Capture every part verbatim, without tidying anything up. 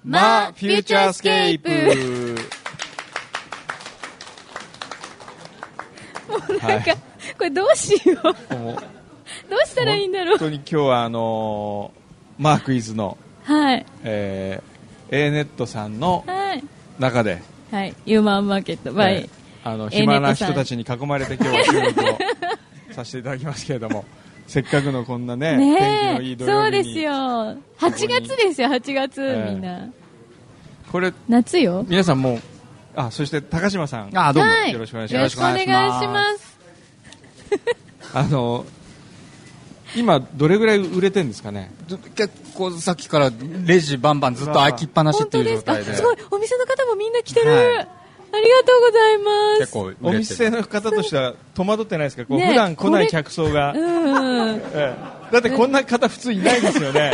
マ・フューチャースケープ。 もうなんか、はい、これどうしよう。もうどうしたらいいんだろう。 本当に今日はあのー、マークイズの、 はいえー、A ネットさんの中で、 はい、ユーマンマーケット by、 えー、あの暇な人たちに囲まれて今日は収録をさせていただきますけれども。せっかくのこんな ね, ね天気のいい土曜日に。 そうですよ。はちがつですよ、はちがつ、えー、みんな。 これ夏よ。 皆さんもう、あ、そして高島さん、 あ、どうも、 はい、 よろしくお願いします。よろしくお願いします。 あの今どれぐらい売れてるんですかね。 結構さっきからレジバンバンずっと開きっぱなしっていう状態で。 すごい、お店の方もみんな来てる。はい、ありがとうございます。 結構お店の方としては戸惑ってないですか。こう、ね、普段来ない客層が、うんええ、だってこんな方普通いないですよね。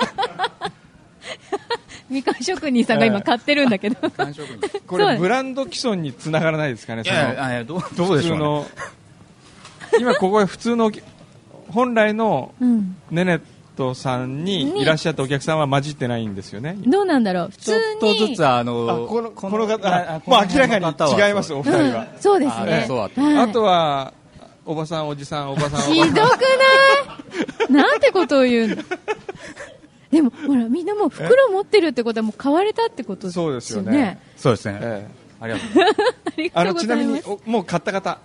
みかん職人さんが今買ってるんだけど、ええ、これブランド既存につながらないですかね。 いやいやいや、どうどうでしょうね。 今ここは普通の本来のネネットさんにいらっしゃったお客さんは混じってないんですよね。 どうなんだろう。普通にちょっとずつあのあこのこの方、もう明らかに違いますお二人は、 うん、そうですね。 あ, あ, はい、 あとはおばさんおじさんおばさんおばさんひどくないなんてことを言うの。でもほらみんなもう袋持ってるってことはもう買われたってことですよね。 そうですよね。 そうですね、ええ、ありがとうございます。 あのちなみにもう買った方、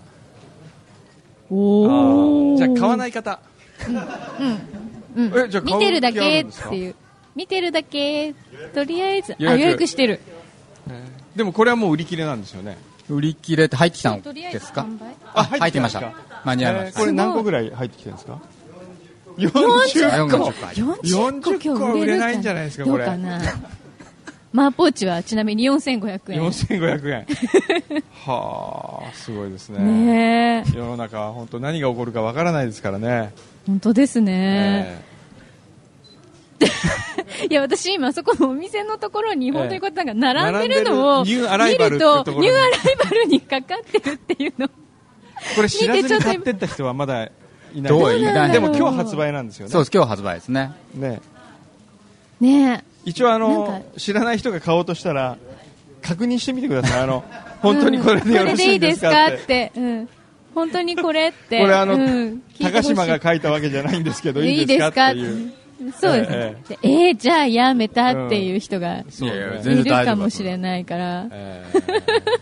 おー、 じゃあ買わない方、 うんうんうん、えじゃあ見てるだけっていう、見てるだけとりあえず予 約, 予約してる、 えー、でもこれはもう売り切れなんですよね。 売り切れって入ってきたのですか。あ、入ってきました。間に合いました、 えー、これ何個ぐらい入ってきてるんですか。よんじゅっこ。よんじゅっこは売れないんじゃないですか。これどうかな。マーポーチはちなみによんせんごひゃくえん。 よんせんごひゃくえん。はあ、すごいですね。 ね世の中は本当何が起こるかわからないですからね。 本当ですね。えー、いや私今そこのお店のところに本当にこうなんか並んでるのを見ると、ニューアライバルにかかってるっていうの。 これ知らずに買ってった人はまだいない。 どういない。 でも今日発売なんですよね。 そうです、今日発売ですね。 ね。 ね。 一応あの知らない人が買おうとしたら確認してみてください。あの本当にこれでよろしいですかって。 うん、本当にこれってこれあの、うん、高島が書いたわけじゃないんですけどいいですかっていう。 そうですね。えー、えー、じゃあやめたっていう人がいるかもしれないから。えー、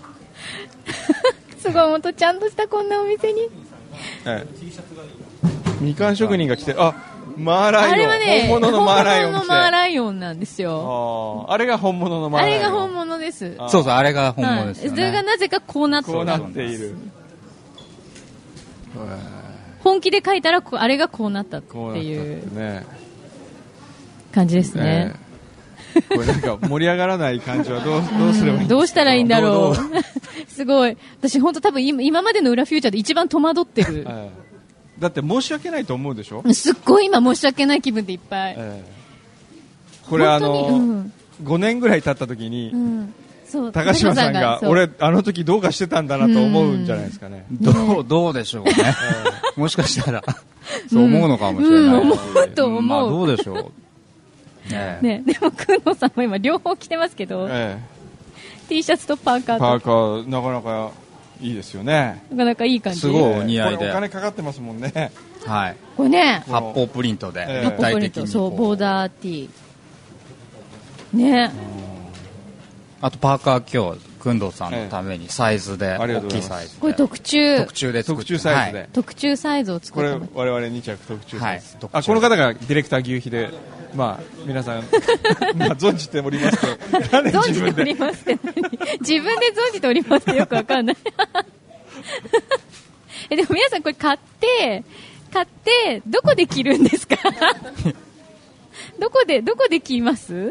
すごい本当ちゃんとしたこんなお店に。 えー、みかん職人が来て、あ、マーライオン、 あれはね、 本物のマーライオン、 本物のマーライオンなんですよ。 あ, あれが本物のマーライオン。 あれが本物です。 そうそう、あれが本物ですよね。 それがなぜかこうなっている。 こうなっている。 本気で書いたらあれがこうなったっていう感じですね。 えー、これなんか盛り上がらない感じはどう、どうすればいいんですか。 どうしたらいいんだろう。すごい。私本当多分今までの裏フューチャーで一番戸惑ってる。 えーだって申し訳ないと思うでしょ。 すっごい今申し訳ない気分でいっぱい、えー、これあの、うん、ごねんぐらい経った時に、うん、そう高島さんが俺あの時どうかしてたんだなと思うんじゃないですかね。 うん、どうどうでしょうね。えー、もしかしたらそう思うのかもしれない。うん、 思うと思う。まあどうでしょう。 ね, ねでもくんのさんも今両方着てますけど、えー、T シャツとパーカーと。 パーカーなかなかいいですよね。 なかなかいい感じ。 すごいお似合いで。 これお金かかってますもんね。 はい。 これね。 発泡プリントで、 えー、立体的にそうボーダー T。ね。 あとパーカー今日くんどうさんのためにサイズで、えー、大きいサイズで。 これ特注。 特注で作って。 特注サイズで。はい、 特注サイズを作ってます。 これ我々に着特注サイズ。はい、あこの方がディレクター牛皮で。まあ皆さんまあ存じておりますと存じておりますって自分で存じておりますってよくわかんないえでも皆さんこれ買って買ってどこで着るんですかどこでどこで着ます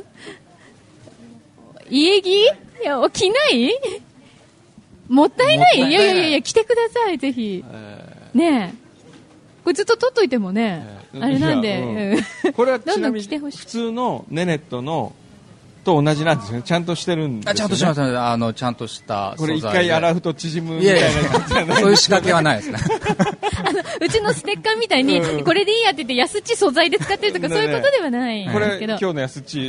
家着いや着ないもったいないいやいやいやいや着てくださいぜひ、えー、ねえこれずっと取っといてもね、えー、あれなんで、 うん、これはちなみに普通のネネットのと同じなんですよね。ちゃんとしてるんですよね。 あちゃんとしますね。あのちゃんとした素材で。 これ一回洗うと縮むみたいな感じじゃない。 そういう仕掛けはないですね。 あのうちのステッカーみたいに、うん、これでいいやって言って安っち素材で使ってるとか、ね、そういうことではないんですけど。 これ今日の安っち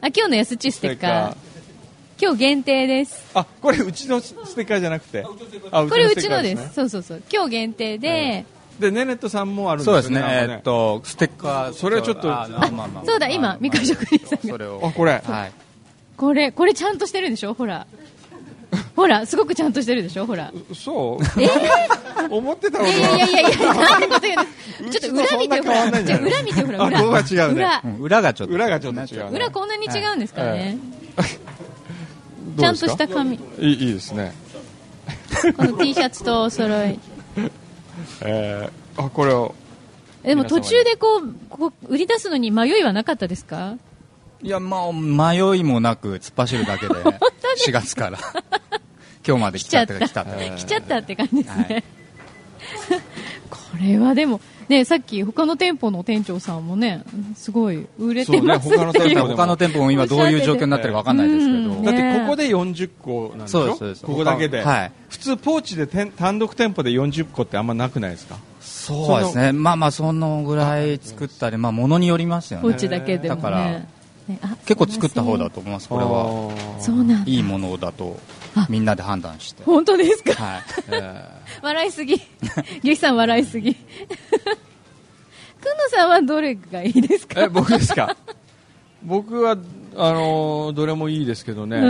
あ、今日の安地ステッカー。今日限定です。 あ、これうちのステッカーじゃなくて。 あ、これうちのです。そうそうそう。今日限定で。 で、ねねっとさんもあるんですよね。 そうですね。えー、っと、ステッカー。 それはちょっと。 あ、まあまあ、そうだ、今、みかん職人さんが。 それを。 あ、これ。 はい。 これ、これちゃんとしてるでしょほら。ほら、すごくちゃんとしてるでしょほら。 そうえー、思ってたのいやいやいやいや、なんてこと言うんです。ちょっと裏見て、ほら。ちょ裏見て、ほら、裏。 ここが違うね。 裏。 裏がちょっと。 裏がちょっと違う。 裏こんなに違うんですかね。ちゃんとした紙。 いいですね。 この T シャツとお揃い。 えー、あ、これを。 でも途中でこう、こう売り出すのに迷いはなかったですか？ いや、まあ、迷いもなく突っ走るだけで、しがつから。今日まで来ちゃった。 来ちゃった。来ちゃったって感じですね。はい、これはでも、ね、さっき他の店舗の店長さんもね、すごい売れてますね。 他の店舗他の店舗も今どういう状況になってるかわかんないですけど。 だってここでよんじゅっこなんでしょ？そうです。ここだけで。 はい。 普通ポーチで単独店舗でよんじゅっこってあんまなくないですか？ そうですね。まあまあそのぐらい作ったり、まあ物によりますよね。 ポーチだけでもね。 だから、ね、結構作った方だと思います。これは。 そうなんだ。 いいものだとみんなで判断して。 本当ですか？ はい。えー、笑いすぎ。ゆきさん笑いすぎ。くんのさんはどれがいいですか？ え、僕ですか？僕はあのー、どれもいいですけどね。うん、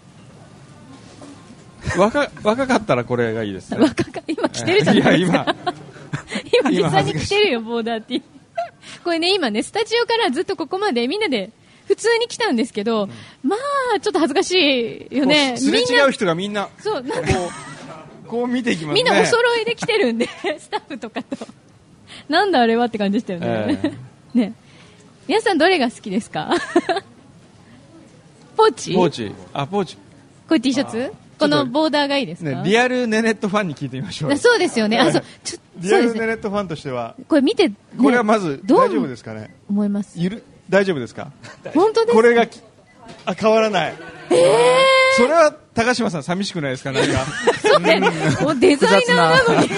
若若かったらこれがいいですね。 若か今着てるじゃないですか。いや今今実際に着てるよボーダー T。これね今ねスタジオからずっとここまでみんなで普通に来たんですけど、うん、まあちょっと恥ずかしいよね。 すれ違う人がみんなそうなんかこうこう見ていきますね。 みんなお揃いで来てるんでスタッフとかとなんだあれはって感じでしたよね。えー、ね皆さんどれが好きですか？ポーチ？ ポーチ。あポーチ。 これ T シャツ？このボーダーがいいですか？ ね、リアルネネットファンに聞いてみましょう。 そうですよね。あそうちょリアルネネットファンとしてはこれ見て、ね、 これはまず大丈夫ですかね？ 思います。 ゆる大丈夫ですか？ 本当ですか？ これがあ変わらない。 えー、 それは高島さん寂しくないですか？なんかそうね。もうデザイナーなのに。ち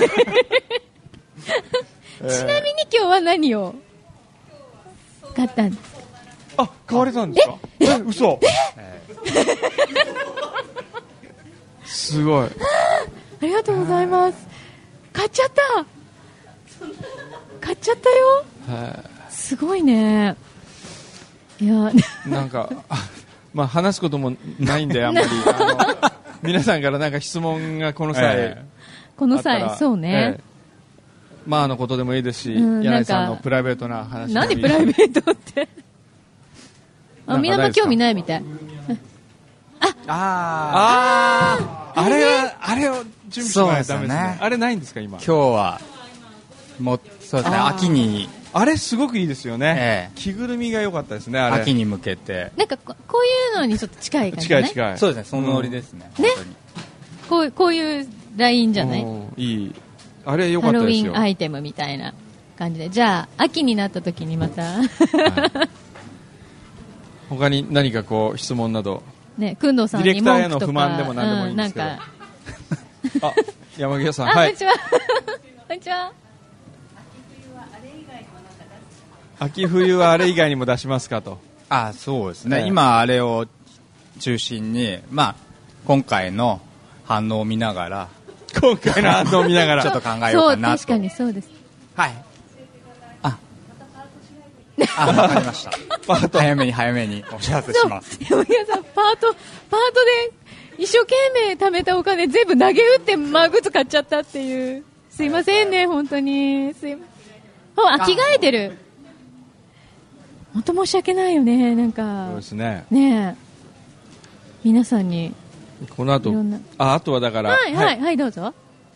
なみに今日は何を買ったんですか？ あ買われたんですか？ええ嘘。すごい。 ありがとうございます。買っちゃった。買っちゃったよ。すごいね。いやなんかまあ話すこともないんであんまりあの皆さんからなんか質問がこの際、えー、この際そうね。えー、 まあのことでもいいですし、うん、柳井さんのプライベートな話でもいい。 何プライベートって。あみんな興味ないみたい。 あああれはあれを準備しないとダメですね。あれないんですか今？ 今日はもうそうですね秋にあれすごくいいですよね。ええ、着ぐるみが良かったですね。あれ秋に向けてなんか こ, こういうのにちょっと近い感じじゃない？ 近い近い。 そうですねそのノリですね。 うん、ねこうこういうラインじゃない？ いいあれ良かったですよ。 ハロウィンアイテムみたいな感じでじゃあ秋になった時にまた、はい、 他に何かこう質問など。 ね、くんどうさんに文句とかディレクターへの不満でも何でもいいんですけど、うん、なんかあ山際さん、 はい、こんにちはこんにちは。 秋冬はあれ以外にも出しますかと。 あそうですね、ね今あれを中心に、まあ、今回の反応を見ながら今回の反応を見ながらちょっと考えようかなと。 そう確かにそうです。はいあ、わかりました。パート早めに早めにお知らせします。 山際さん、パート、パートで一生懸命貯めたお金全部投げ打ってマグツ買っちゃったっていう。すいませんね、本当に。すいません。あ、着替えてる。本当申し訳ないよね、なんか。 そうですね。 ねえ。皆さんに。 この後、あ、あとはだから。 はい、はい、はい、はい、どうぞ。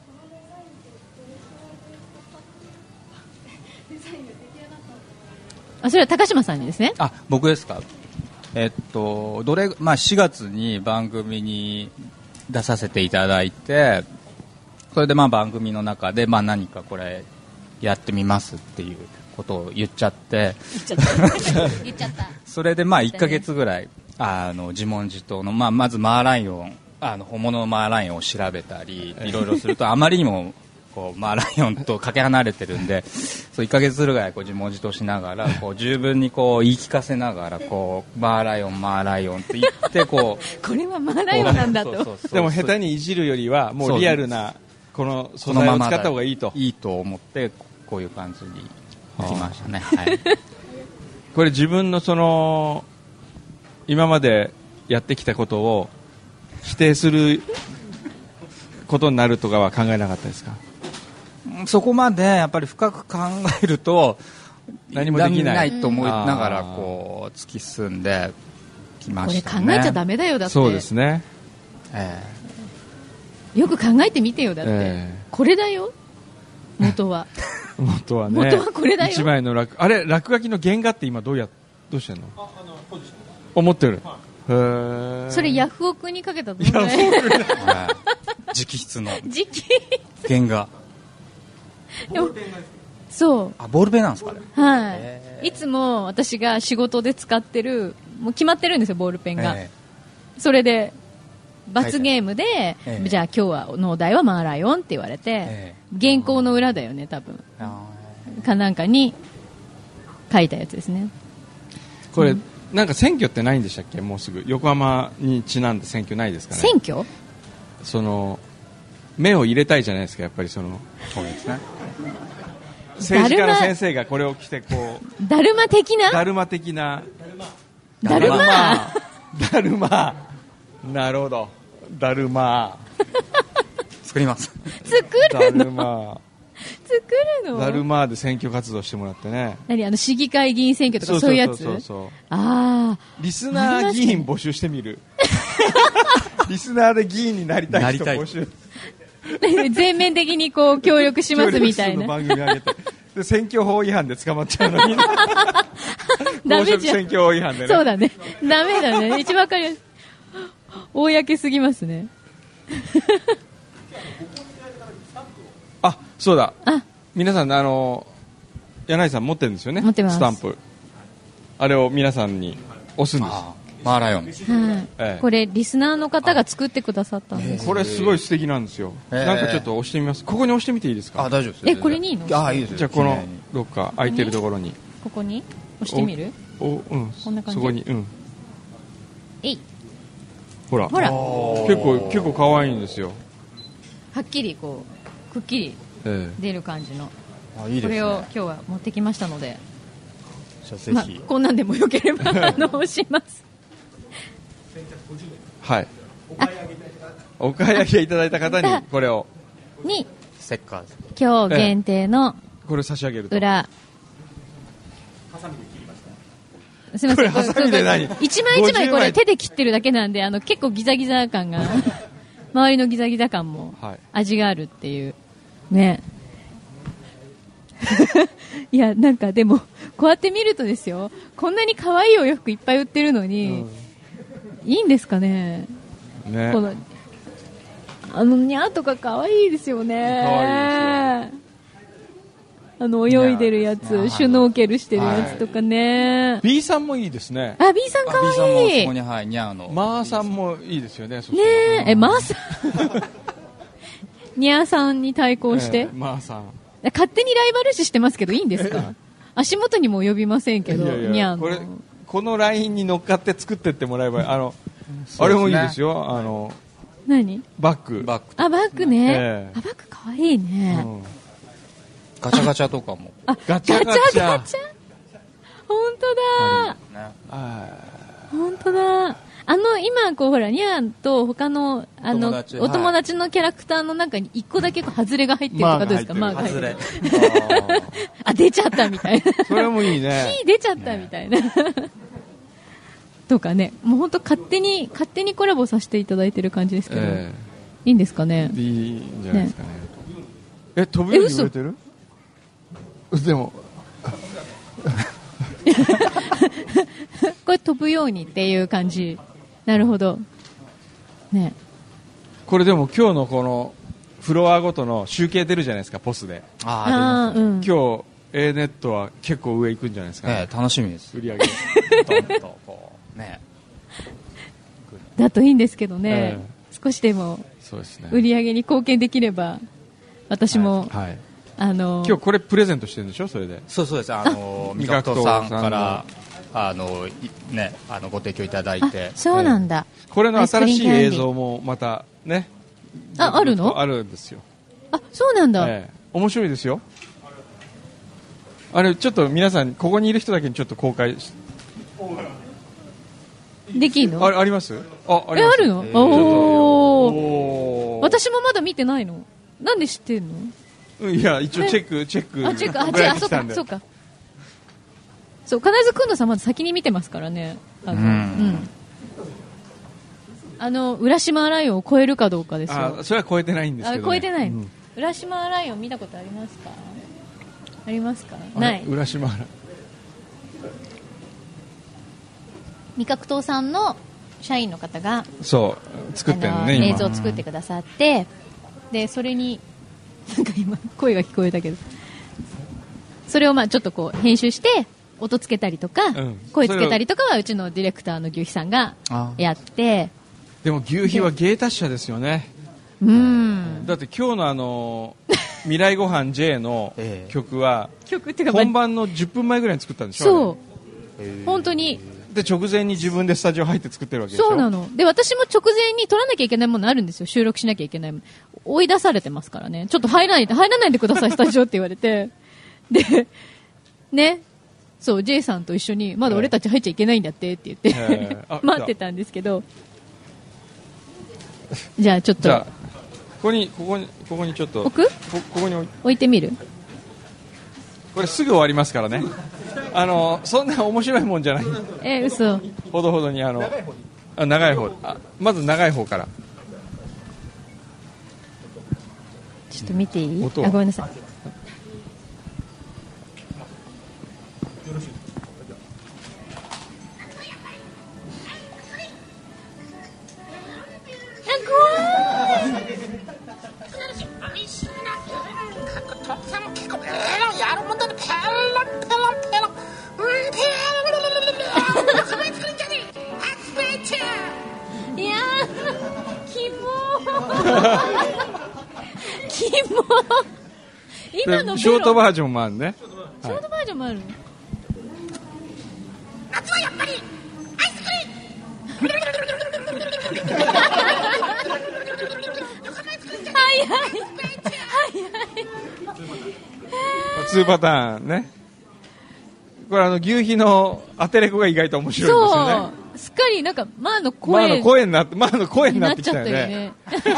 あそれは高島さんにですね。 あ僕ですか。えっとどれ、まあ、しがつに番組に出させていただいてそれでまあ番組の中でまあ何かこれやってみますっていうことを言っちゃって言っちゃった言っちゃったそれでまあいっかげつぐらいあの自問自答の、まあ、まずマーライオンあの本物のマーライオンを調べたりいろいろするとあまりにもこうマーライオンとかけ離れてるんでそういっかげつぐらいこう自問自答しながらこう十分にこう言い聞かせながらこうマーライオンマーライオンって言ってこうこれはマーライオンなんだとそうそうそうそうでも下手にいじるよりはもうリアルなこの素材を使った方がいいといいと思ってこういう感じに来ましたね、はい、 これ自分のその今までやってきたことを否定することになるとかは考えなかったですか？ そこまでやっぱり深く考えると何もできないと思いながらこう突き進んできましたね。 これ考えちゃダメだよだって。 そうですね、 えー、よく考えてみてよだって、えー、これだよ元は元はね元はこれだよ。 一枚の落あれ落書きの原画って今どうやどうしてんの？ああのポジション思ってる、はい、へーそれヤフオクにかけたと思うね直筆の直原画そうあボールペンなんですかね。 はい、いつも私が仕事で使ってるもう決まってるんですよボールペンが、それで罰ゲームで、じゃあ今日はのお題はマーライオンって言われて、原稿の裏だよね多分かなんかに書いたやつですね。 これ、うん、なんか選挙ってないんでしたっけ？もうすぐ横浜にちなんで選挙ないですかね？ 選挙その目を入れたいじゃないですかやっぱりそのそうですね政治家の先生がこれを着てこうだるま的なだるま的なだるまだるまなるほどだるま作ります作るのだるま作るのだるまで選挙活動してもらってね。 何あの市議会議員選挙とかそういうやつ。 そうそうそうそうあリスナー議員募集してみるリスナーで議員になりたい人募集全面的にこう協力しますみたいな番組上げてで選挙法違反で捕まっちゃうのにダメじゃん選挙法違反でね。 そうだねダメだね一番わかりやすい公すぎますねあそうだあ皆さんあの柳井さん持ってるんですよね。 持ってます。 スタンプあれを皆さんに押すんです。 マーライオン、 はいええ、これリスナーの方が作ってくださったんです。 これすごい素敵なんですよ、えー、なんかちょっと押してみます。ここに押してみていいですか？ あ大丈夫です。 えこれにいいの？ あいいです。 じゃあこのどっか空いてるところにここに押してみる？ おうんこんな感じそこにうんえいほらほら結構結構可愛いんですよ。 はっきりこうくっきり出る感じの、 えー、あいいですね。 これを今日は持ってきましたのでじゃあぜひ、 まあ、こんなんでもよければあの押しますはいお買い上げいただいた方にこれをにステッカー今日限定のこれ差し上げると裏ハサミで切りましたすみませんこれハサミで何一枚一枚これ手で切ってるだけなんであの結構ギザギザ感が周りのギザギザ感も味があるっていうねいやなんかでもこうやって見るとですよこんなに可愛いお洋服いっぱい売ってるのに、うん、いいんですかね。 ねこのあのニャーとか可愛いですよね。 可愛いですよ。 あの泳いでるやつシュノーケルしてるやつとかね、 はい、B さんもいいですね。 あ B さん可愛い。 B さんもそこに、はい、ニャーのマーさんもいいですよね。 ねええマーさんニャーさんに対抗して、 えー、マーさん勝手にライバル視してますけどいいんですか？足元にも及びませんけど。いやいやニャーのこれこのラインに乗っかって作ってってもらえばあの、ね、あれもいいですよ。あの何バッグバッグあバッグね、 えー、 あバッグかわいいね、うん、 ガチャガチャとかもあガチャガチャガチャガチャ本当だ、 ね、 本当だ。あの今こうほらニャンと他のあのお 友, 達お友達のキャラクターの中に一個だけこうハズレが入ってるとかどうですか？ マーが入ってる。 あ, あ出ちゃったみたいな。 それもいいね。 火出ちゃったみたいな。とかね、もう本当勝手に勝手にコラボさせていただいてる感じですけど、えー、いいんですかね？ いいんじゃないですかね。ねえ飛ぶように売れてる？でも。 これ飛ぶようにっていう感じ。なるほど、ね、 これでも今日のこのフロアごとの集計出るじゃないですかポスで。 ああ、うん、 今日 A ネットは結構上行くんじゃないですか、ねええ、楽しみです。 売り上げドンとこう、ね、 だといいんですけどね、 ええ、 少しでもそうですね、 売り上げに貢献できれば私も、 はいはい、 あの今日これプレゼントしてるんでしょ。それでそうそうです。あの味覚糖さんからあの、ね、あのご提供いただいて。 そうなんだ、 えー、これの新しい映像もまたね、 あ、あるの？ あるんですよ。 あ、そうなんだ、 えー、面白いですよ。あれちょっと皆さんここにいる人だけにちょっと公開しできるの？ あ, あります？あ、あります。 え、あるの？ えー、 おー、私もまだ見てないの。なんで知ってんの？ いや、一応チェック、チェック。 あ、チェック、あ、違う、そうか、そうか。そう、金津くんのさんまず先に見てますからね。あの、うん。うん、あの、浦島ライオンを超えるかどうかですよ。 あ、それは超えてないんですけど、ね。 あ、超えてない。うん、浦島ライオン見たことありますか？ありますか？ない。 浦島ライオン。 味覚糖さんの社員の方が、 そう、作ってるのね、今。 映像を作ってくださって、で、それに、なんか今声が聞こえたけど、それをまあちょっとこう編集して音つけたりとか、うん、声つけたりとかはうちのディレクターの牛皮さんがやって。 でも牛皮は芸達者ですよね。 うん、 だって今日のあの未来ごはん J の曲は曲っていうか本番のじゅっぷんまえぐらいに作ったんでしょ。 そう、本当に。 で直前に自分でスタジオ入って作ってるわけでしょ。 そうなの。で、私も直前に撮らなきゃいけないものあるんですよ。収録しなきゃいけないもの。追い出されてますからね。ちょっと入らないで、入らないでください、スタジオって言われて。で、ね。そう、J さんと一緒に、まだ俺たち入っちゃいけないんだってって言って、えー、待ってたんですけど。じゃあちょっと。じゃあ、 ここに、ここに、ここにちょっと。 置く？ こ、ここに置い、 置いてみる？ これすぐ終わりますからね。あのそんな面白いもんじゃない。 えー、嘘。 ほどほどにあのあ長い方、あまず長い方から。 ちょっと見ていい？あ、ごめんなさい。今のショートバージョンもあるね。 ショートバージョンもある。 夏はやっぱりアイスクリーム。 はいはいはいはい。 ツーパターンね。これあの牛皮のアテレコが意外と面白いんですよね。 そう、すっかりなんかマーの声、 マーの声になって、マーの声になってきたよね。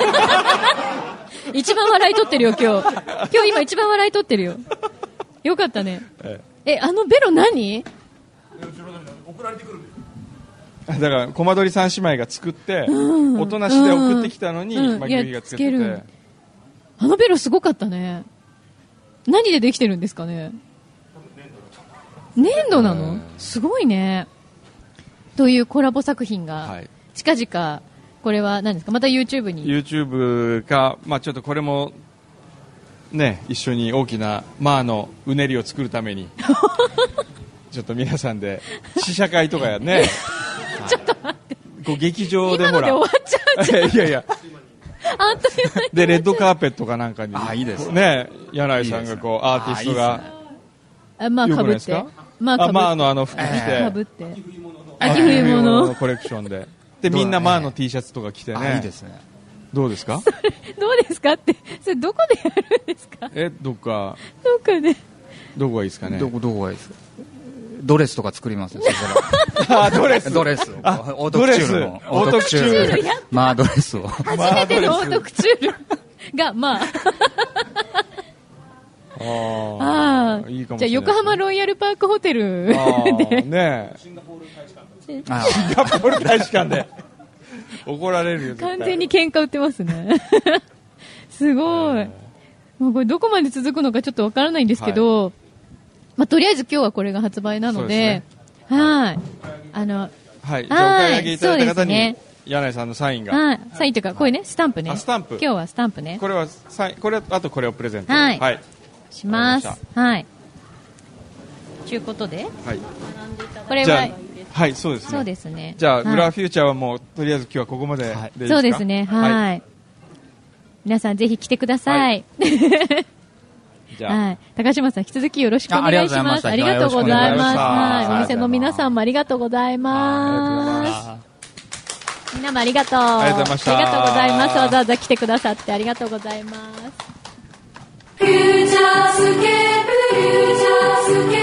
一番笑い取ってるよ今日。今日今一番笑い取ってるよ。よかったね。ええ、えあのベロ何？ 送られてくるんです。 だからコマ撮り三姉妹が作って、うん、音なしで送ってきたのに、うん、まあ、牛皮がつけてて。 あのベロすごかったね。何でできてるんですかね。粘土なの？すごいね。というコラボ作品が近々、これは何ですか？また YouTube に YouTube か、まあ、ちょっとこれもね一緒に大きなマーのうねりを作るためにちょっと皆さんで試写会とかやねちょっと待って、 こう劇場でほら今ので終わっちゃうじゃん。 いやいやあっという間にでレッドカーペットかなんかにあいいですね、柳井さんがこうアーティストがあ、まあかぶって、 まあ、マーのあの服着て、 かぶって秋冬物のコレクションで、でみんなマーの T シャツとか着てね、 いいですね。 どうですか？ どうですかって、それどこでやるんですか？ え、どっか、 どっかで、 どこがいいですかね？ どこどこがいいですか？ドレスとか作りますよ。そしたらあ、ドレス、 ドレス、 あ、オートクチュールの、オートクチュール、 マードレスを、 初めてのオートクチュールがまあ。 ああ、いいかもしれない。 じゃあ横浜ロイヤルパークホテルでね、シンガポール大使館で、シンガポール大使館で怒られるよ。 完全に喧嘩売ってますね。すごい。もうこれどこまで続くのかちょっとわからないんですけど、はい、まあとりあえず今日はこれが発売なので、でね、はい、あの、 はい、じゃあお買い上げいただいた方に、ね、柳井さんのサインが、 はい、サインというかこれね、スタンプね。 スタンプ。 今日はスタンプね。 これはサイン、これあとこれをプレゼント。 はい。 はい、 します。はい。ということで、 はい。 これは、 はい、そうですね。 そうですね。 じゃあ、はい、グラフューチャーはもうとりあえず今日はここまででいいですか？ そうですね。はい。はい、 皆さんぜひ来てください。はい、じゃあ、はい、高島さん引き続きよろしくお願いします。ありがとうございます。はい、お店の皆さんもありがとうございます。みんなもありがとう。ありがとうございました。ありがとうございます。わざわざ来てくださってありがとうございます。フューチャースケープ、フューチャースケープ